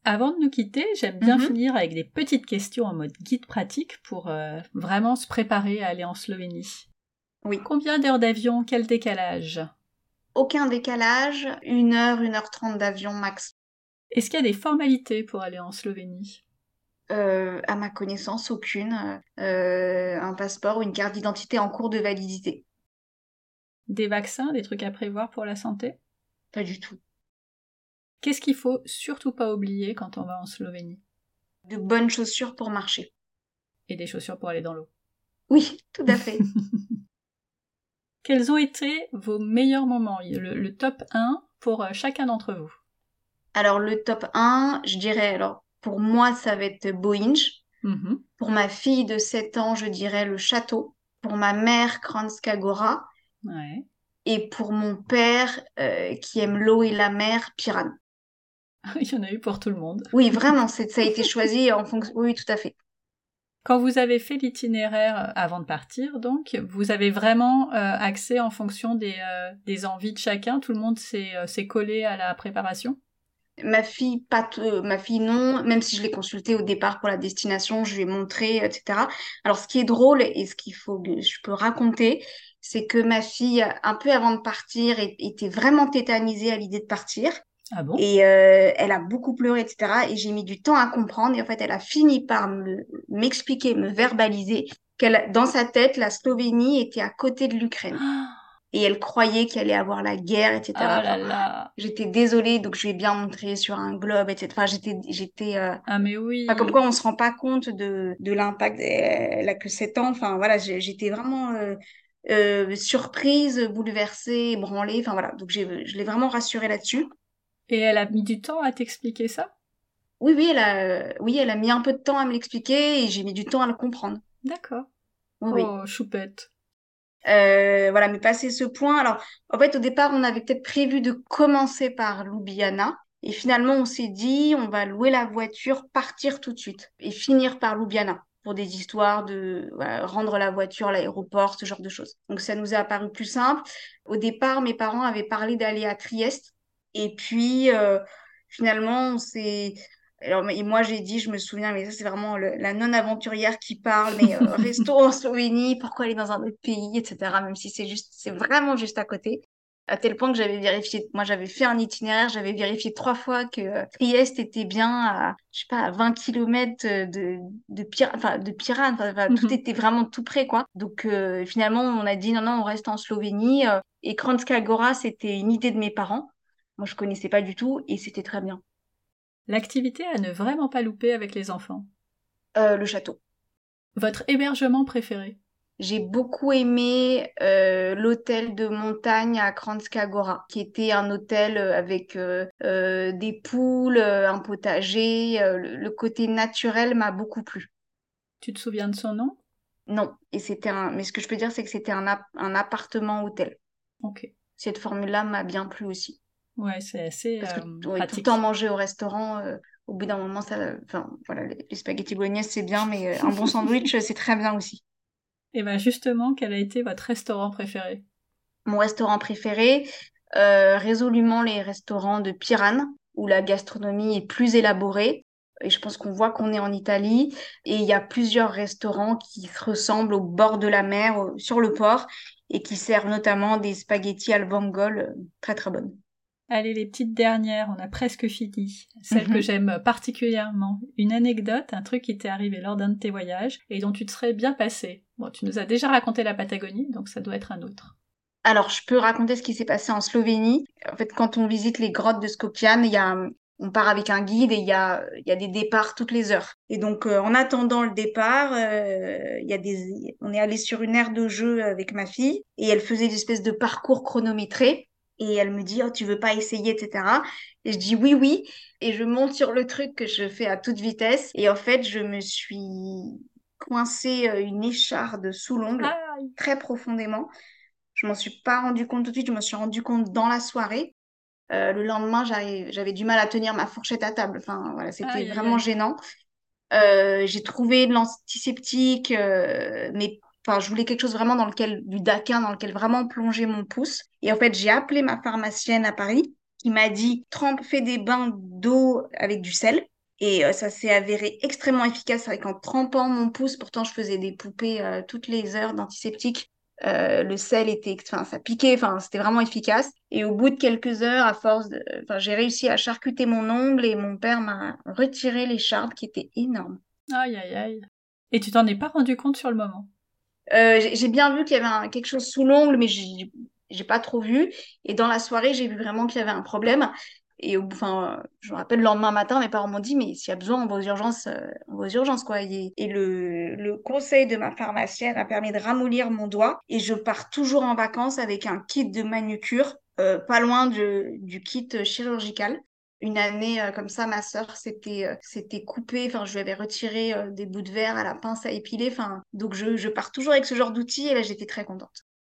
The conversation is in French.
Avant de nous quitter, j'aime bien finir avec des petites questions en mode guide pratique pour vraiment se préparer à aller en Slovénie. Oui. Combien d'heures d'avion, quel décalage? Aucun décalage, 1h30 d'avion max. Est-ce qu'il y a des formalités pour aller en Slovénie? À ma connaissance, aucune. Un passeport ou une carte d'identité en cours de validité. Des vaccins, des trucs à prévoir pour la santé? Pas du tout. Qu'est-ce qu'il faut surtout pas oublier quand on va en Slovénie? De bonnes chaussures pour marcher. Et des chaussures pour aller dans l'eau. Oui, tout à fait. Quels ont été vos meilleurs moments, le top 1 pour chacun d'entre vous? Alors, le top 1, je dirais, alors, pour moi, ça va être Bohinj. Pour ma fille de 7 ans, je dirais le château. Pour ma mère, Kranjska Gora. Ouais. Et pour mon père, qui aime l'eau et la mer, Piran. Il y en a eu pour tout le monde. Oui, vraiment, ça a été choisi en fonction... Oui, tout à fait. Quand vous avez fait l'itinéraire avant de partir, donc, vous avez vraiment axé en fonction des envies de chacun? Tout le monde s'est collé à la préparation? Ma fille, ma fille non, même si je l'ai consultée au départ pour la destination, je lui ai montré, etc. Alors, ce qui est drôle et ce qu'il faut que je peux raconter, c'est que ma fille, un peu avant de partir, était vraiment tétanisée à l'idée de partir. Ah bon? Et elle a beaucoup pleuré, etc. Et j'ai mis du temps à comprendre. Et en fait, elle a fini par m'expliquer, me verbaliser dans sa tête, la Slovénie était à côté de l'Ukraine. Et elle croyait qu'il allait avoir la guerre, etc. Ah là Enfin, là! j'étais désolée, donc je lui ai bien montré sur un globe, etc. Enfin, Ah mais enfin, comme quoi oui! on se rend pas compte de l'impact. Elle a que 7 ans. Enfin, voilà, j'étais vraiment surprise, bouleversée, ébranlée. Enfin, voilà, donc je l'ai vraiment rassurée là-dessus. Et elle a mis du temps à t'expliquer ça? Oui, oui, elle a mis un peu de temps à me l'expliquer et j'ai mis du temps à le comprendre. D'accord. Oui, oui. Oh, choupette. Voilà, mais passé ce point, alors en fait au départ on avait peut-être prévu de commencer par Ljubljana et finalement on s'est dit on va louer la voiture, partir tout de suite et finir par Ljubljana pour des histoires de voilà, rendre la voiture à l'aéroport, ce genre de choses. Donc ça nous a paru plus simple. Au départ mes parents avaient parlé d'aller à Trieste et puis finalement on s'est alors, et moi, j'ai dit, je me souviens, mais ça, c'est vraiment la non-aventurière qui parle, mais resto en Slovénie, pourquoi aller dans un autre pays, etc., même si c'est vraiment juste à côté. À tel point que j'avais vérifié, moi, j'avais fait un itinéraire, j'avais vérifié 3 fois que Trieste était bien à, je sais pas, à 20 kilomètres de Piran, tout était vraiment tout près, quoi. Donc, finalement, on a dit, non, non, on reste en Slovénie. Et Kranjska Gora, c'était une idée de mes parents. Moi, je connaissais pas du tout et c'était très bien. L'activité à ne vraiment pas louper avec les enfants. Le château. Votre hébergement préféré? J'ai beaucoup aimé l'hôtel de montagne à Kranjska Gora, qui était un hôtel avec des poules, un potager. Le côté naturel m'a beaucoup plu. Tu te souviens de son nom? Non, et mais ce que je peux dire, c'est que c'était un appartement-hôtel. Ok. Cette formule-là m'a bien plu aussi. Ouais, c'est assez Parce que ouais, tout le temps pratique. manger au restaurant, au bout d'un moment, enfin, voilà, les spaghettis bolognaise, c'est bien, mais un bon sandwich, c'est très bien aussi. Et bien justement, quel a été votre restaurant préféré? Mon restaurant préféré, résolument les restaurants de Piran, où la gastronomie est plus élaborée. Et je pense qu'on voit qu'on est en Italie. Et il y a plusieurs restaurants qui se ressemblent au bord de la mer, sur le port, et qui servent notamment des spaghettis al vongole, très très bonnes. Allez, les petites dernières, on a presque fini. Celle que Mhm. j'aime particulièrement. Une anecdote, un truc qui t'est arrivé lors d'un de tes voyages et dont tu te serais bien passé. Bon, tu nous as déjà raconté la Patagonie, donc ça doit être un autre. Alors, je peux raconter ce qui s'est passé en Slovénie. En fait, quand on visite les grottes de Skopjan, on part avec un guide et il y a des départs toutes les heures. Et donc, en attendant le départ, on est allé sur une aire de jeu avec ma fille et elle faisait des espèces de parcours chronométrés. Et elle me dit, oh, tu veux pas essayer, etc. Et je dis oui, oui. Et je monte sur le truc que je fais à toute vitesse. Et en fait, je me suis coincée une écharde sous l'ongle Ah, très profondément. Je m'en suis pas rendu compte tout de suite, je me suis rendu compte dans la soirée. Le lendemain, j'avais du mal à tenir ma fourchette à table. Enfin, voilà, c'était aïe, aïe, vraiment aïe. gênant. J'ai trouvé de l'antiseptique, mais enfin, je voulais quelque chose vraiment du Daquin, dans lequel vraiment plonger mon pouce. Et en fait, j'ai appelé ma pharmacienne à Paris qui m'a dit, fais des bains d'eau avec du sel. Et ça s'est avéré extrêmement efficace. C'est vrai qu'en trempant mon pouce, pourtant je faisais des poupées toutes les heures d'antiseptique. Le sel était, enfin, ça piquait, enfin, c'était vraiment efficace. Et au bout de quelques heures, enfin, j'ai réussi à charcuter mon ongle et mon père m'a retiré l'écharpe qui était énorme. Aïe, aïe, aïe. Et tu t'en es pas rendu compte sur le moment? J'ai bien vu qu'il y avait quelque chose sous l'ongle, mais j'ai pas trop vu. Et dans la soirée, j'ai vu vraiment qu'il y avait un problème. Et enfin, je me rappelle le lendemain matin, mes parents m'ont dit, mais s'il y a besoin, on va aux urgences, quoi. Et le conseil de ma pharmacienne a permis de ramollir mon doigt. Et je pars toujours en vacances avec un kit de manucure, pas loin du kit chirurgical. Une année comme ça, ma sœur s'était coupée, enfin je lui avais retiré des bouts de verre à la pince à épiler, enfin donc je pars toujours avec ce genre d'outils et là j'étais très contente.